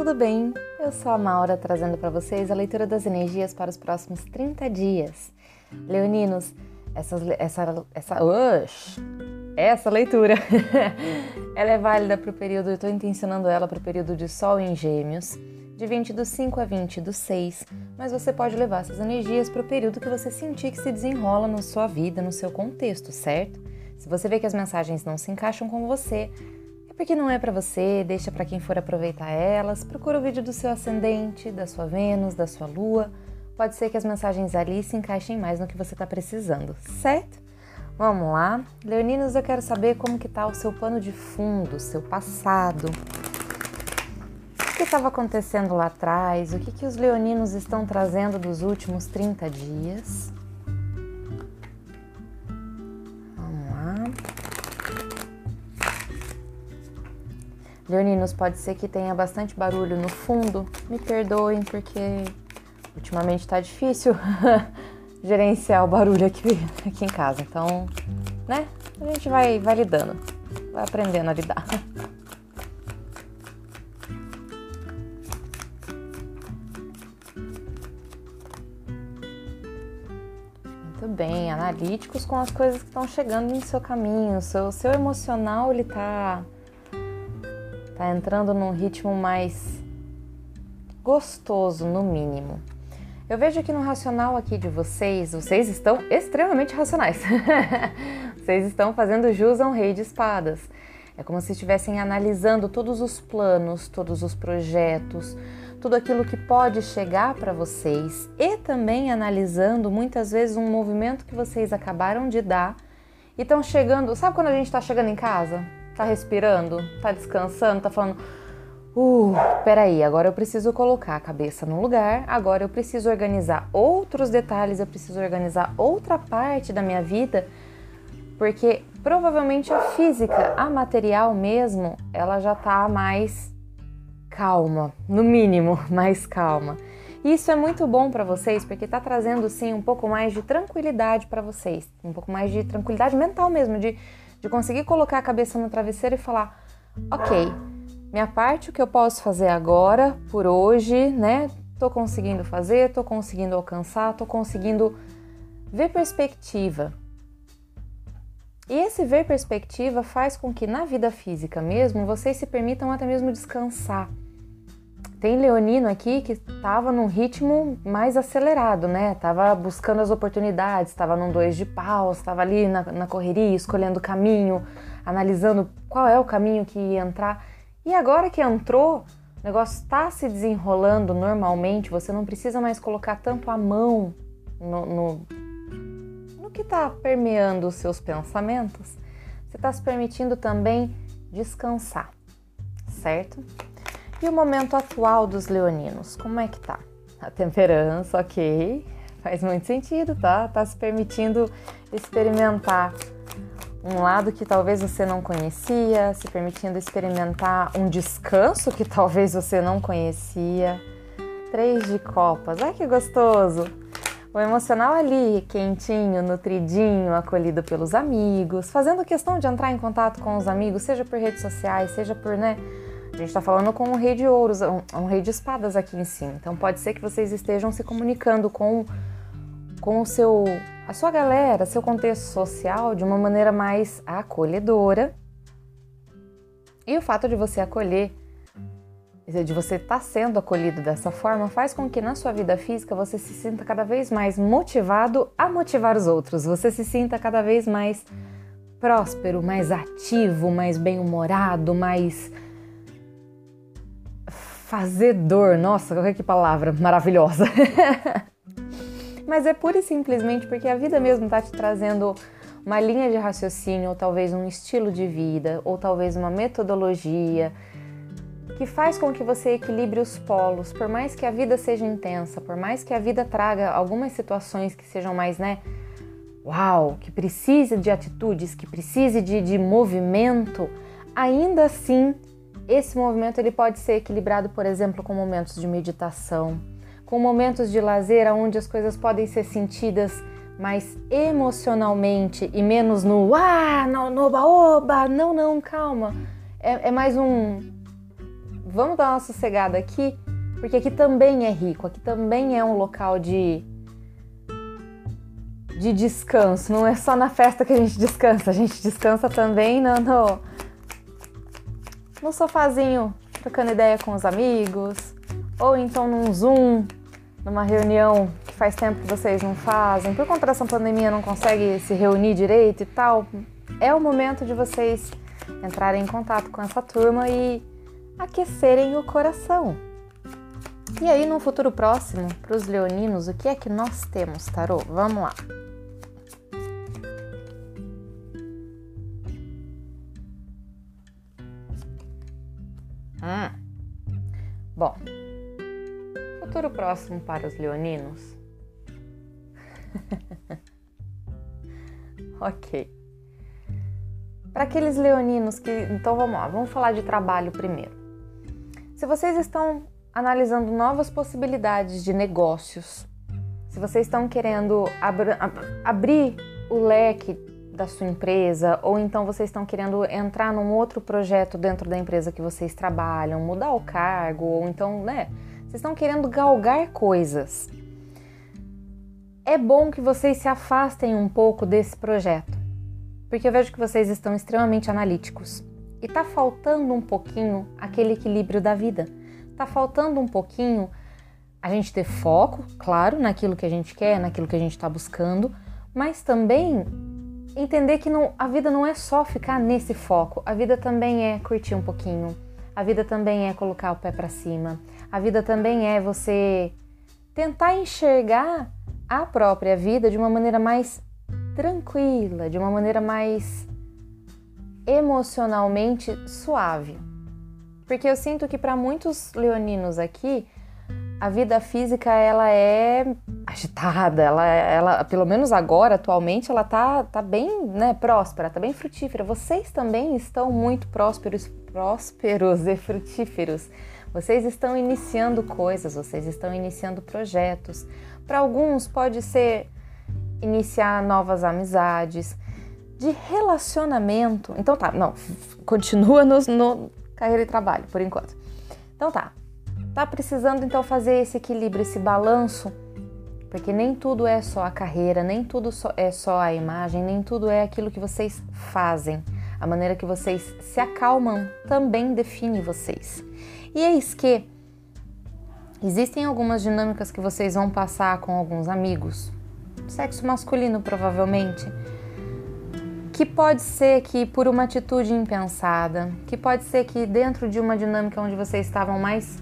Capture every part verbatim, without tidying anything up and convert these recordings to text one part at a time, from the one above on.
tudo bem? Eu sou a Maura, trazendo para vocês a leitura das energias para os próximos trinta dias. Leoninos, essas, essa, essa, ush, essa leitura ela é válida para o período, eu estou intencionando ela para o período de Sol em Gêmeos, de vinte do cinco a vinte do seis, mas você pode levar essas energias para o período que você sentir que se desenrola na sua vida, no seu contexto, certo? Se você vê que as mensagens não se encaixam com você, é porque não é para você, deixa para quem for aproveitar elas, procura o vídeo do seu ascendente, da sua Vênus, da sua Lua, pode ser que as mensagens ali se encaixem mais no que você está precisando, certo? Vamos lá, Leoninos, eu quero saber como que tá o seu pano de fundo, o seu passado. O que estava acontecendo lá atrás? O que, que os leoninos estão trazendo dos últimos trinta dias? Vamos lá. Leoninos, pode ser que tenha bastante barulho no fundo. Me perdoem, porque ultimamente está difícil gerenciar o barulho aqui, aqui em casa. Então, né? A gente vai, vai lidando, vai aprendendo a lidar. Muito bem, analíticos com as coisas que estão chegando em seu caminho. O seu, seu emocional, ele tá, tá entrando num ritmo mais gostoso, no mínimo. Eu vejo que no racional aqui de vocês, vocês estão extremamente racionais. Vocês estão fazendo jus a um rei de espadas. É como se estivessem analisando todos os planos, todos os projetos, tudo aquilo que pode chegar para vocês e também analisando muitas vezes um movimento que vocês acabaram de dar e estão chegando, sabe quando a gente está chegando em casa? Tá respirando, tá descansando, tá falando, uh, peraí, agora eu preciso colocar a cabeça no lugar, agora eu preciso organizar outros detalhes, eu preciso organizar outra parte da minha vida, porque provavelmente a física, a material mesmo, ela já tá mais calma, no mínimo, mais calma. E isso é muito bom para vocês, porque tá trazendo, sim, um pouco mais de tranquilidade para vocês, um pouco mais de tranquilidade mental mesmo, de, de conseguir colocar a cabeça no travesseiro e falar, ok, minha parte, o que eu posso fazer agora, por hoje, né? Tô conseguindo fazer, tô conseguindo alcançar, tô conseguindo ver perspectiva. E esse ver perspectiva faz com que na vida física mesmo, vocês se permitam até mesmo descansar. Tem leonino aqui que estava num ritmo mais acelerado, né? Tava buscando as oportunidades, estava num dois de paus, estava ali na, na correria, escolhendo o caminho, analisando qual é o caminho que ia entrar. E agora que entrou, o negócio está se desenrolando normalmente, você não precisa mais colocar tanto a mão no, no, no que está permeando os seus pensamentos. Você está se permitindo também descansar, certo? E o momento atual dos leoninos, como é que tá? A temperança, ok, faz muito sentido, tá? Tá se permitindo experimentar um lado que talvez você não conhecia, se permitindo experimentar um descanso que talvez você não conhecia. Três de copas, ai que gostoso! O emocional ali, quentinho, nutridinho, acolhido pelos amigos, fazendo questão de entrar em contato com os amigos, seja por redes sociais, seja por, né? A gente tá falando com um rei de ouros, um, um rei de espadas aqui em cima. Então pode ser que vocês estejam se comunicando com, com o seu, a sua galera, seu contexto social de uma maneira mais acolhedora. E o fato de você acolher, de você estar sendo acolhido dessa forma, faz com que na sua vida física você se sinta cada vez mais motivado a motivar os outros. Você se sinta cada vez mais próspero, mais ativo, mais bem-humorado, mais fazedor. Nossa, que palavra maravilhosa. Mas é pura e simplesmente porque a vida mesmo está te trazendo uma linha de raciocínio, ou talvez um estilo de vida, ou talvez uma metodologia que faz com que você equilibre os polos. Por mais que a vida seja intensa, por mais que a vida traga algumas situações que sejam mais, né, uau, que precise de atitudes, que precise de, de movimento, ainda assim, esse movimento ele pode ser equilibrado, por exemplo, com momentos de meditação, com momentos de lazer, onde as coisas podem ser sentidas mais emocionalmente e menos no ah, no, no oba-oba, não, não, calma. É, é mais um vamos dar uma sossegada aqui, porque aqui também é rico, aqui também é um local de, de descanso. Não é só na festa que a gente descansa, a gente descansa também no, no, no sofazinho, trocando ideia com os amigos, ou então num Zoom, numa reunião que faz tempo que vocês não fazem, por conta dessa pandemia não consegue se reunir direito e tal. É o momento de vocês entrarem em contato com essa turma e aquecerem o coração. E aí, no futuro próximo, para os leoninos, o que é que nós temos, tarô? Vamos lá. Hum. Bom, futuro próximo para os leoninos. Ok. Para aqueles leoninos que... Então vamos lá, vamos falar de trabalho primeiro. Se vocês estão analisando novas possibilidades de negócios, se vocês estão querendo abr- ab- abrir o leque da sua empresa, ou então vocês estão querendo entrar num outro projeto dentro da empresa que vocês trabalham, mudar o cargo, ou então, né, vocês estão querendo galgar coisas, é bom que vocês se afastem um pouco desse projeto. Porque eu vejo que vocês estão extremamente analíticos e tá faltando um pouquinho aquele equilíbrio da vida. Tá faltando um pouquinho a gente ter foco, claro, naquilo que a gente quer, naquilo que a gente está buscando, mas também entender que não, a vida não é só ficar nesse foco. A vida também é curtir um pouquinho, a vida também é colocar o pé para cima, a vida também é você tentar enxergar a própria vida de uma maneira mais tranquila, de uma maneira mais emocionalmente suave. Porque eu sinto que para muitos leoninos aqui, a vida física ela é agitada, ela, ela pelo menos agora, atualmente, ela tá, tá bem, né, próspera, tá bem frutífera. Vocês também estão muito prósperos, prósperos e frutíferos. Vocês estão iniciando coisas, vocês estão iniciando projetos. Para alguns pode ser iniciar novas amizades, de relacionamento. Então tá, não, continua no, no carreira e trabalho, por enquanto. Então tá, tá precisando então fazer esse equilíbrio, esse balanço, porque nem tudo é só a carreira, nem tudo é só a imagem, nem tudo é aquilo que vocês fazem. A maneira que vocês se acalmam também define vocês. E eis que existem algumas dinâmicas que vocês vão passar com alguns amigos, sexo masculino provavelmente, que pode ser que por uma atitude impensada, que pode ser que dentro de uma dinâmica onde vocês estavam mais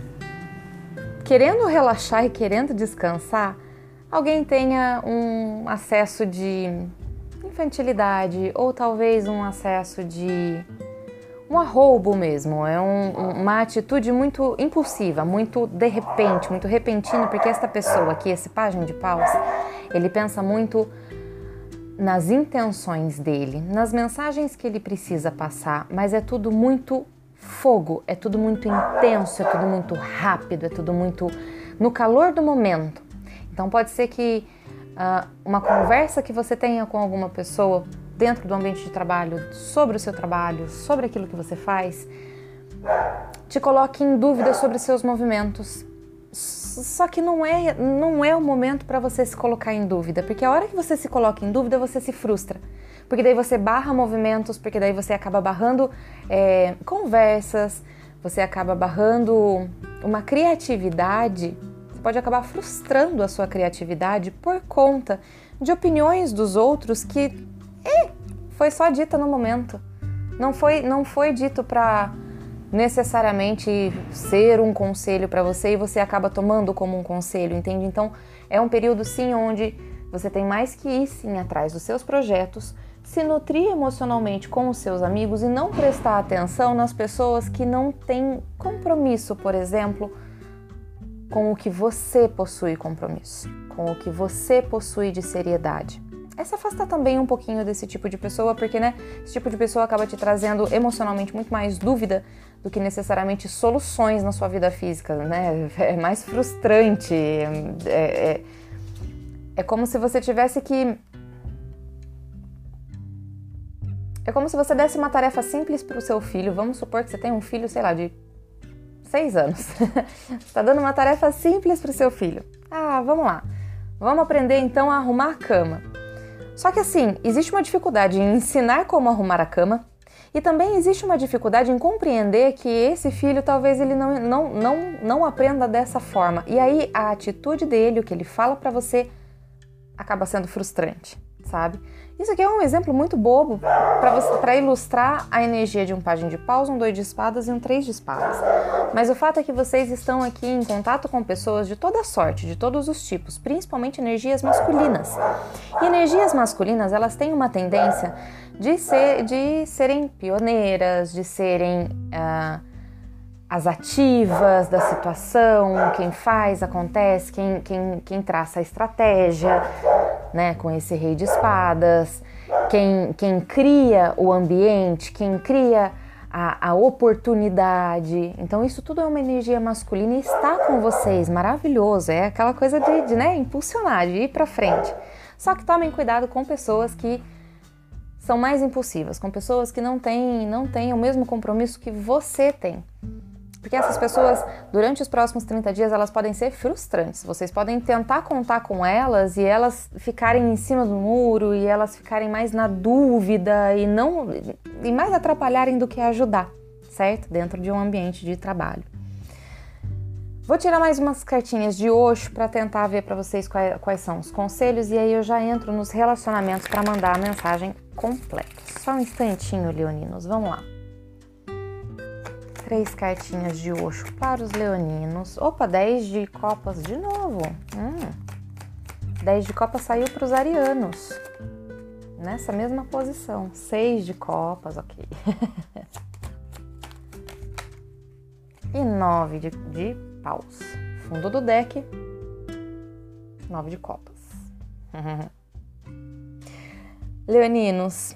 querendo relaxar e querendo descansar, alguém tenha um acesso de infantilidade ou talvez um acesso de um arroubo mesmo, é um, uma atitude muito impulsiva, muito de repente, muito repentina, porque esta pessoa aqui, esse pajem de paus, ele pensa muito nas intenções dele, nas mensagens que ele precisa passar, mas é tudo muito fogo, é tudo muito intenso, é tudo muito rápido, é tudo muito no calor do momento. Então pode ser que uh, uma conversa que você tenha com alguma pessoa dentro do ambiente de trabalho, sobre o seu trabalho, sobre aquilo que você faz, te coloque em dúvida sobre seus movimentos. Só que não é, não é o momento para você se colocar em dúvida, porque a hora que você se coloca em dúvida, você se frustra. Porque daí você barra movimentos, porque daí você acaba barrando é, conversas, você acaba barrando uma criatividade, você pode acabar frustrando a sua criatividade por conta de opiniões dos outros que é, foi só dita no momento. Não foi, não foi dito para necessariamente ser um conselho para você e você acaba tomando como um conselho, entende? Então é um período sim onde você tem mais que ir sim atrás dos seus projetos, se nutrir emocionalmente com os seus amigos e não prestar atenção nas pessoas que não têm compromisso, por exemplo, com o que você possui compromisso, com o que você possui de seriedade. É se afastar também um pouquinho desse tipo de pessoa, porque, né, esse tipo de pessoa acaba te trazendo emocionalmente muito mais dúvida do que necessariamente soluções na sua vida física, né? É mais frustrante, é, é, é como se você tivesse que... É como se você desse uma tarefa simples para o seu filho. Vamos supor que você tem um filho, sei lá, de seis anos. Está dando uma tarefa simples para o seu filho. Ah, vamos lá. Vamos aprender então a arrumar a cama. Só que assim, existe uma dificuldade em ensinar como arrumar a cama e também existe uma dificuldade em compreender que esse filho talvez ele não, não, não, não aprenda dessa forma. E aí a atitude dele, o que ele fala para você, acaba sendo frustrante, sabe? Isso aqui é um exemplo muito bobo para ilustrar a energia de um pajem de paus, um dois de espadas e um três de espadas. Mas o fato é que vocês estão aqui em contato com pessoas de toda sorte, de todos os tipos, principalmente energias masculinas. E energias masculinas, elas têm uma tendência de, ser, de serem pioneiras, de serem ah, as ativas da situação, quem faz, acontece, quem, quem, quem traça a estratégia, né, com esse rei de espadas, quem, quem cria o ambiente, quem cria a, a oportunidade. Então isso tudo é uma energia masculina e está com vocês, maravilhoso, é aquela coisa de, de né, impulsionar, de ir para frente. Só que tomem cuidado com pessoas que são mais impulsivas, com pessoas que não têm, não têm o mesmo compromisso que você tem. Porque essas pessoas, durante os próximos trinta dias, elas podem ser frustrantes. Vocês podem tentar contar com elas e elas ficarem em cima do muro e elas ficarem mais na dúvida e, não, e mais atrapalharem do que ajudar, certo? Dentro de um ambiente de trabalho. Vou tirar mais umas cartinhas de Osho para tentar ver para vocês quais, quais são os conselhos e aí eu já entro nos relacionamentos para mandar a mensagem completa. Só um instantinho, leoninos. Vamos lá. Três cartinhas de Osho para os leoninos. Opa, dez de copas de novo. Hum, dez de copas saiu para os arianos. Nessa mesma posição. Seis de copas, ok. E nove de, de paus. Fundo do deck. Nove de copas. Leoninos.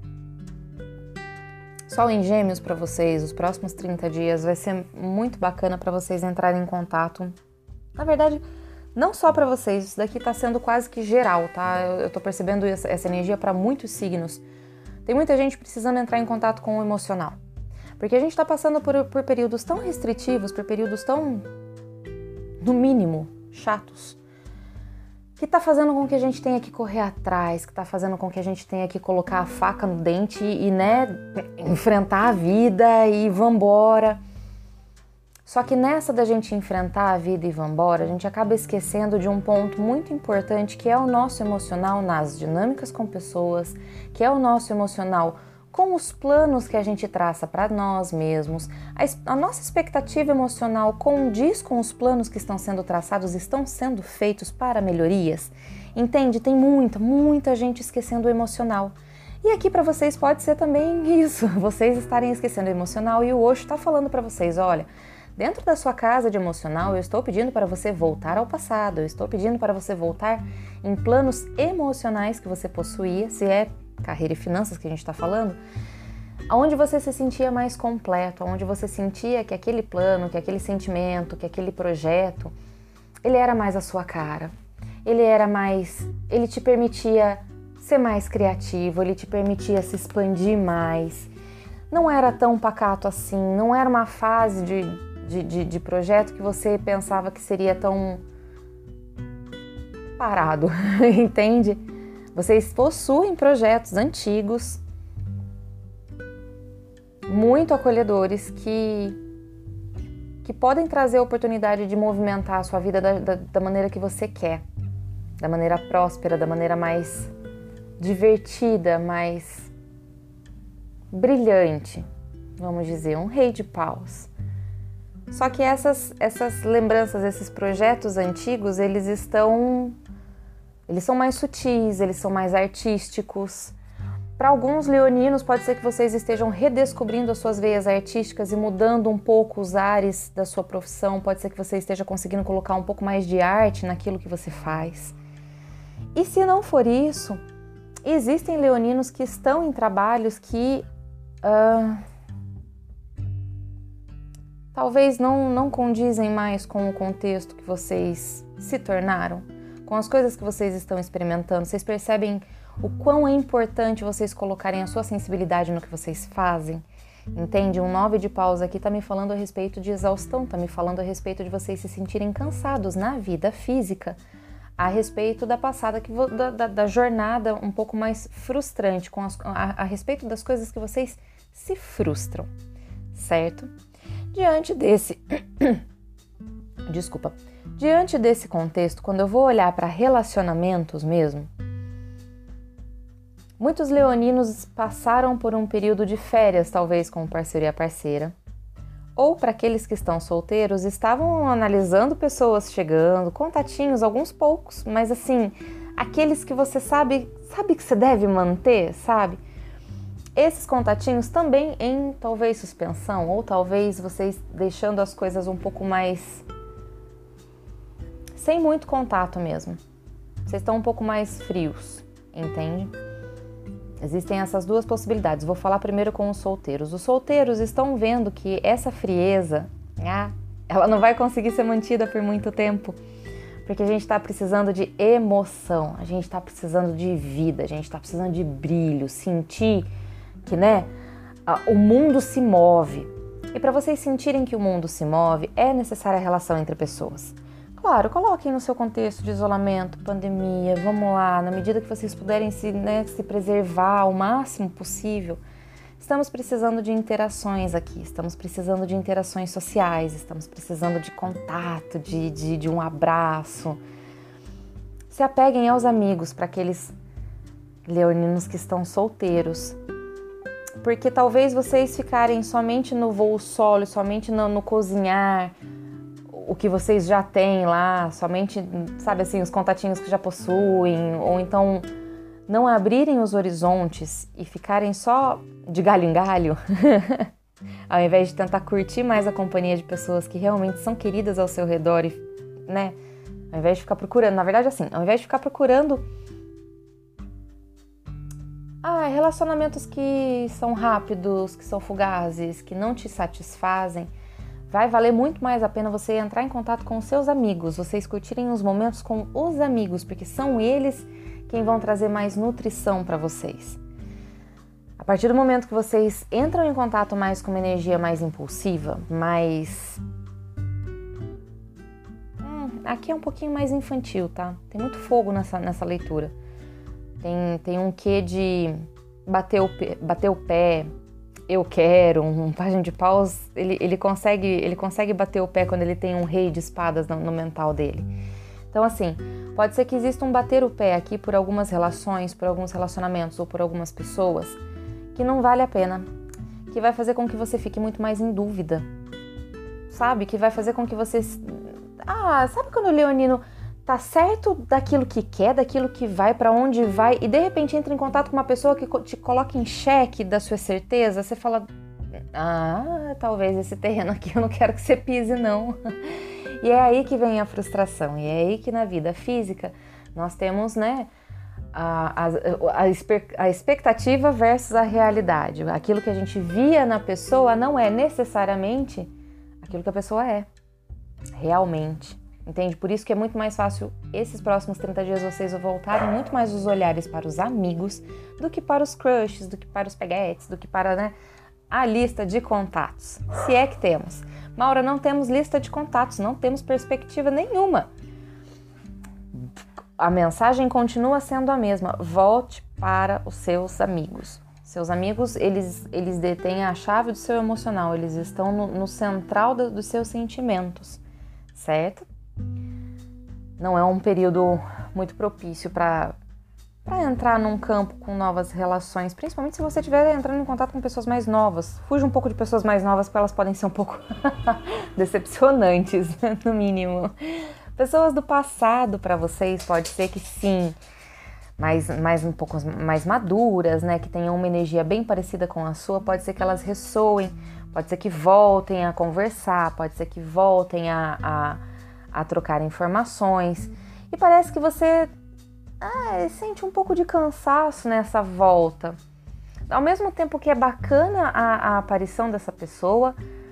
Sol em Gêmeos para vocês, os próximos trinta dias vai ser muito bacana para vocês entrarem em contato. Na verdade, não só para vocês, isso daqui tá sendo quase que geral, tá? Eu, eu tô percebendo essa, essa energia para muitos signos. Tem muita gente precisando entrar em contato com o emocional. Porque a gente tá passando por, por períodos tão restritivos, por períodos tão, no mínimo, chatos, que tá fazendo com que a gente tenha que correr atrás, que tá fazendo com que a gente tenha que colocar a faca no dente e, e né, enfrentar a vida e vambora. Só que nessa da gente enfrentar a vida e vambora, a gente acaba esquecendo de um ponto muito importante que é o nosso emocional nas dinâmicas com pessoas, que é o nosso emocional com os planos que a gente traça para nós mesmos. A, a nossa expectativa emocional condiz com os planos que estão sendo traçados, estão sendo feitos para melhorias. Entende? Tem muita, muita gente esquecendo o emocional. E aqui para vocês pode ser também isso, vocês estarem esquecendo o emocional e o Osho está falando para vocês, olha, dentro da sua casa de emocional, eu estou pedindo para você voltar ao passado, eu estou pedindo para você voltar em planos emocionais que você possuía, se é carreira e finanças que a gente está falando, onde você se sentia mais completo, onde você sentia que aquele plano, que aquele sentimento, que aquele projeto, ele era mais a sua cara, ele era mais, ele te permitia ser mais criativo, ele te permitia se expandir mais, não era tão pacato assim, não era uma fase de, de, de, de projeto que você pensava que seria tão parado, entende? Vocês possuem projetos antigos, muito acolhedores, que, que podem trazer a oportunidade de movimentar a sua vida da, da, da maneira que você quer, da maneira próspera, da maneira mais divertida, mais brilhante, vamos dizer, um rei de paus. Só que essas, essas lembranças, esses projetos antigos, eles estão... Eles são mais sutis, eles são mais artísticos. Para alguns leoninos, pode ser que vocês estejam redescobrindo as suas veias artísticas e mudando um pouco os ares da sua profissão. Pode ser que você esteja conseguindo colocar um pouco mais de arte naquilo que você faz. E se não for isso, existem leoninos que estão em trabalhos que uh, talvez não, não condizem mais com o contexto que vocês se tornaram, com as coisas que vocês estão experimentando. Vocês percebem o quão é importante vocês colocarem a sua sensibilidade no que vocês fazem? Entende? Um nove de paus aqui tá me falando a respeito de exaustão, tá me falando a respeito de vocês se sentirem cansados na vida física, a respeito da passada, que, da, da, da jornada um pouco mais frustrante, com as, a, a respeito das coisas que vocês se frustram, certo? Diante desse... Desculpa. Diante desse contexto, quando eu vou olhar para relacionamentos mesmo, muitos leoninos passaram por um período de férias, talvez com o parceiro e a parceira, ou para aqueles que estão solteiros, estavam analisando pessoas chegando, contatinhos, alguns poucos, mas assim, aqueles que você sabe, sabe que você deve manter, sabe? Esses contatinhos também em talvez suspensão, ou talvez vocês deixando as coisas um pouco mais... sem muito contato mesmo. Vocês estão um pouco mais frios, entende? Existem essas duas possibilidades. Vou falar primeiro com os solteiros. Os solteiros estão vendo que essa frieza, ah, ela não vai conseguir ser mantida por muito tempo, porque a gente está precisando de emoção, a gente está precisando de vida, a gente está precisando de brilho, sentir que, né, o mundo se move. E para vocês sentirem que o mundo se move, é necessária a relação entre pessoas. Claro, coloquem no seu contexto de isolamento, pandemia, vamos lá, na medida que vocês puderem se, né, se preservar o máximo possível. Estamos precisando de interações aqui, estamos precisando de interações sociais, estamos precisando de contato, de, de, de um abraço. Se apeguem aos amigos, para aqueles leoninos que estão solteiros, porque talvez vocês ficarem somente no voo solo, somente no, no cozinhar, o que vocês já têm lá, somente, sabe assim, os contatinhos que já possuem, ou então não abrirem os horizontes e ficarem só de galho em galho, ao invés de tentar curtir mais a companhia de pessoas que realmente são queridas ao seu redor, e, né, ao invés de ficar procurando, na verdade assim, ao invés de ficar procurando ah, relacionamentos que são rápidos, que são fugazes, que não te satisfazem, vai valer muito mais a pena você entrar em contato com os seus amigos, vocês curtirem os momentos com os amigos, porque são eles quem vão trazer mais nutrição para vocês. A partir do momento que vocês entram em contato mais com uma energia mais impulsiva, mais... Hum, aqui é um pouquinho mais infantil, tá? Tem muito fogo nessa, nessa leitura. Tem, tem um quê de bater o pé, bater o pé eu quero, um página de paus, ele, ele, consegue, ele consegue bater o pé quando ele tem um rei de espadas no, no mental dele. Então assim, pode ser que exista um bater o pé aqui por algumas relações, por alguns relacionamentos ou por algumas pessoas que não vale a pena, que vai fazer com que você fique muito mais em dúvida, sabe? Que vai fazer com que você... Ah, sabe quando o leonino tá certo daquilo que quer, daquilo que vai, para onde vai, e de repente entra em contato com uma pessoa que te coloca em xeque da sua certeza, você fala, ah, talvez esse terreno aqui eu não quero que você pise não. E é aí que vem a frustração, e é aí que na vida física nós temos, né, a, a, a, a expectativa versus a realidade. Aquilo que a gente via na pessoa não é necessariamente aquilo que a pessoa é, realmente. Entende? Por isso que é muito mais fácil esses próximos trinta dias vocês voltarem muito mais os olhares para os amigos do que para os crushes, do que para os peguetes, do que para, né, a lista de contatos. Se é que temos. Maura, não temos lista de contatos, não temos perspectiva nenhuma. A mensagem continua sendo a mesma. Volte para os seus amigos. Seus amigos, eles, eles detêm a chave do seu emocional, eles estão no, no central do, dos seus sentimentos, certo? Não é um período muito propício para para entrar num campo com novas relações, principalmente se você estiver entrando em contato com pessoas mais novas. Fuja um pouco de pessoas mais novas, porque elas podem ser um pouco decepcionantes, no mínimo. Pessoas do passado para vocês pode ser que sim, mais, mais um pouco mais maduras, né, que tenham uma energia bem parecida com a sua, pode ser que elas ressoem, pode ser que voltem a conversar, pode ser que voltem a, a a trocar informações, e parece que você ah, sente um pouco de cansaço nessa volta. Ao mesmo tempo que é bacana a, a aparição dessa pessoa,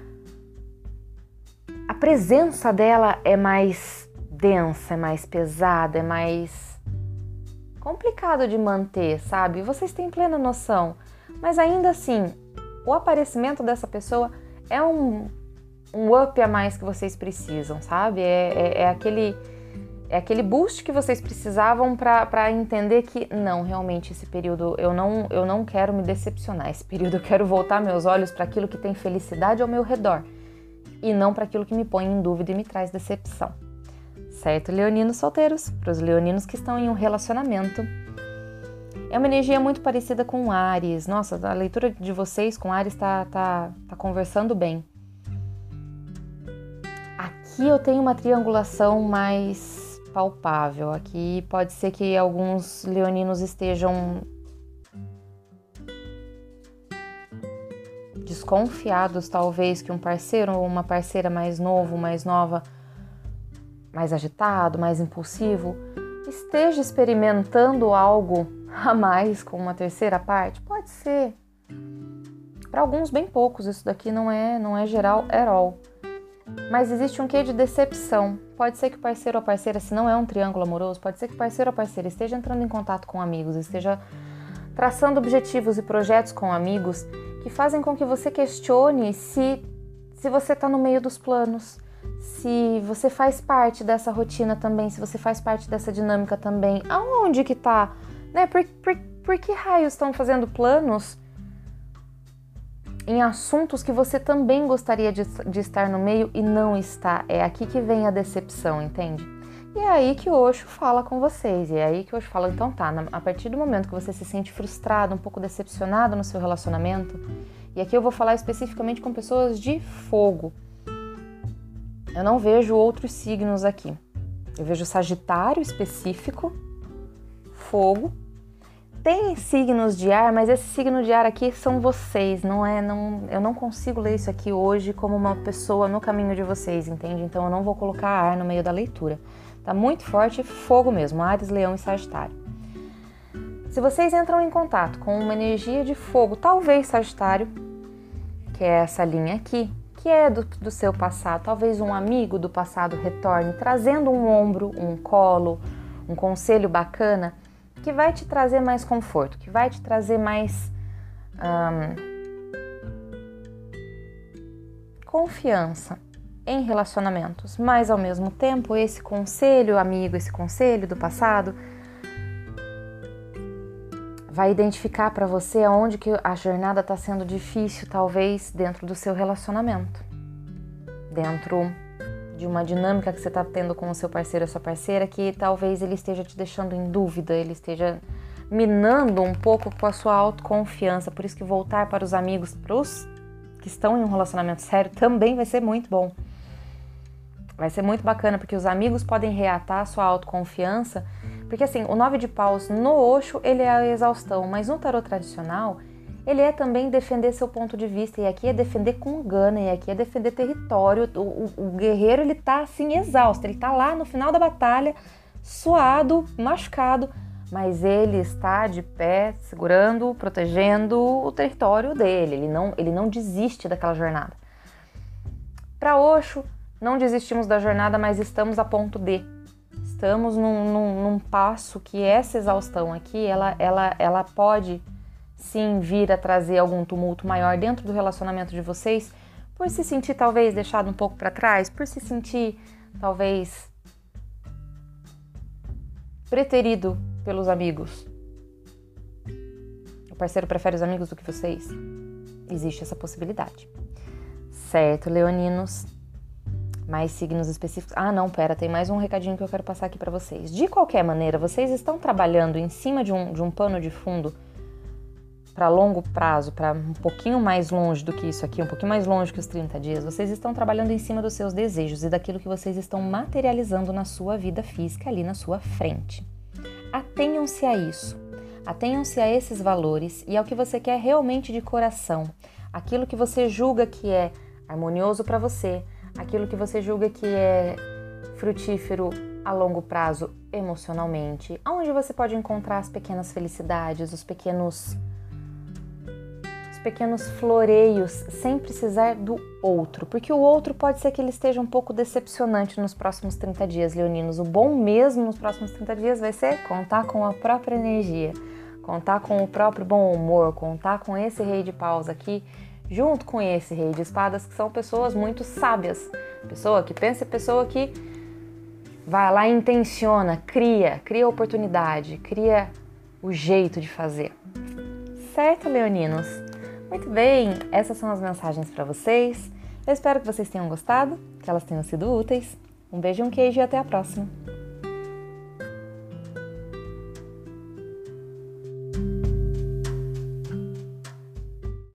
a presença dela é mais densa, é mais pesada, é mais complicado de manter, sabe? Vocês têm plena noção, mas ainda assim, o aparecimento dessa pessoa é um, um up a mais que vocês precisam, sabe? É, é, é aquele... É aquele boost que vocês precisavam para entender que, não, realmente, esse período eu não, eu não quero me decepcionar. Esse período eu quero voltar meus olhos para aquilo que tem felicidade ao meu redor e não para aquilo que me põe em dúvida e me traz decepção. Certo, leoninos solteiros? Para os leoninos que estão em um relacionamento. É uma energia muito parecida com Áries. Nossa, a leitura de vocês com Áries tá, tá, tá conversando bem. Aqui eu tenho uma triangulação mais palpável. Aqui pode ser que alguns leoninos estejam desconfiados, talvez, que um parceiro ou uma parceira mais novo, mais nova, mais agitado, mais impulsivo, esteja experimentando algo a mais com uma terceira parte. Pode ser. Para alguns, bem poucos, isso daqui não é, não é geral at all. Mas existe um quê de decepção. Pode ser que o parceiro ou a parceira, se não é um triângulo amoroso, pode ser que o parceiro ou a parceira esteja entrando em contato com amigos, esteja traçando objetivos e projetos com amigos que fazem com que você questione se, se você está no meio dos planos, se você faz parte dessa rotina também, se você faz parte dessa dinâmica também. Aonde que tá? Né? Por, por, por que raios estão fazendo planos em assuntos que você também gostaria de, de estar no meio e não está? É aqui que vem a decepção, entende? E é aí que o Osho fala com vocês, e é aí que o Osho fala, então tá, a partir do momento que você se sente frustrado, um pouco decepcionado no seu relacionamento, e aqui eu vou falar especificamente com pessoas de fogo. Eu não vejo outros signos aqui. Eu vejo Sagitário específico, fogo. Tem signos de ar, mas esse signo de ar aqui são vocês, não é? Não, eu não consigo ler isso aqui hoje como uma pessoa no caminho de vocês, entende? Então eu não vou colocar ar no meio da leitura. Tá muito forte, fogo mesmo, Áries, Leão e Sagitário. Se vocês entram em contato com uma energia de fogo, talvez Sagitário, que é essa linha aqui, que é do, do seu passado, talvez um amigo do passado retorne, trazendo um ombro, um colo, um conselho bacana, que vai te trazer mais conforto, que vai te trazer mais hum, confiança em relacionamentos. Mas, ao mesmo tempo, esse conselho amigo, esse conselho do passado vai identificar para você aonde que a jornada está sendo difícil, talvez dentro do seu relacionamento, dentro de uma dinâmica que você está tendo com o seu parceiro ou sua parceira, que talvez ele esteja te deixando em dúvida, ele esteja minando um pouco com a sua autoconfiança. Por isso que voltar para os amigos, para os que estão em um relacionamento sério, também vai ser muito bom. Vai ser muito bacana, porque os amigos podem reatar a sua autoconfiança, porque assim, o nove de paus no Osho, ele é a exaustão, mas no tarot tradicional, ele é também defender seu ponto de vista, e aqui é defender com gana, e aqui é defender território. O, o, o guerreiro, ele tá assim, exausto, ele tá lá no final da batalha, suado, machucado, mas ele está de pé, segurando, protegendo o território dele, ele não, ele não desiste daquela jornada. Para Osho, não desistimos da jornada, mas estamos a ponto de. Estamos num, num, num passo que essa exaustão aqui, ela, ela, ela pode sim vir a trazer algum tumulto maior dentro do relacionamento de vocês, por se sentir talvez deixado um pouco para trás, por se sentir talvez preterido pelos amigos. O parceiro prefere os amigos do que vocês? Existe essa possibilidade. Certo, leoninos? Mais signos específicos. Ah, não, pera, tem mais um recadinho que eu quero passar aqui para vocês. De qualquer maneira, vocês estão trabalhando em cima de um, de um pano de fundo para longo prazo, para um pouquinho mais longe do que isso aqui, um pouquinho mais longe que os trinta dias. Vocês estão trabalhando em cima dos seus desejos e daquilo que vocês estão materializando na sua vida física, ali na sua frente. Atenham-se a isso. Atenham-se a esses valores e ao que você quer realmente de coração. Aquilo que você julga que é harmonioso para você, aquilo que você julga que é frutífero a longo prazo emocionalmente, onde você pode encontrar as pequenas felicidades, os pequenos, os pequenos floreios, sem precisar do outro, porque o outro pode ser que ele esteja um pouco decepcionante nos próximos trinta dias, leoninos. O bom mesmo nos próximos trinta dias vai ser contar com a própria energia, contar com o próprio bom humor, contar com esse rei de paus aqui, junto com esse rei de espadas, que são pessoas muito sábias. Pessoa que pensa, pessoa que vai lá e intenciona, cria, cria oportunidade, cria o jeito de fazer. Certo, leoninos? Muito bem, essas são as mensagens para vocês. Eu espero que vocês tenham gostado, que elas tenham sido úteis. Um beijo e um queijo e até a próxima!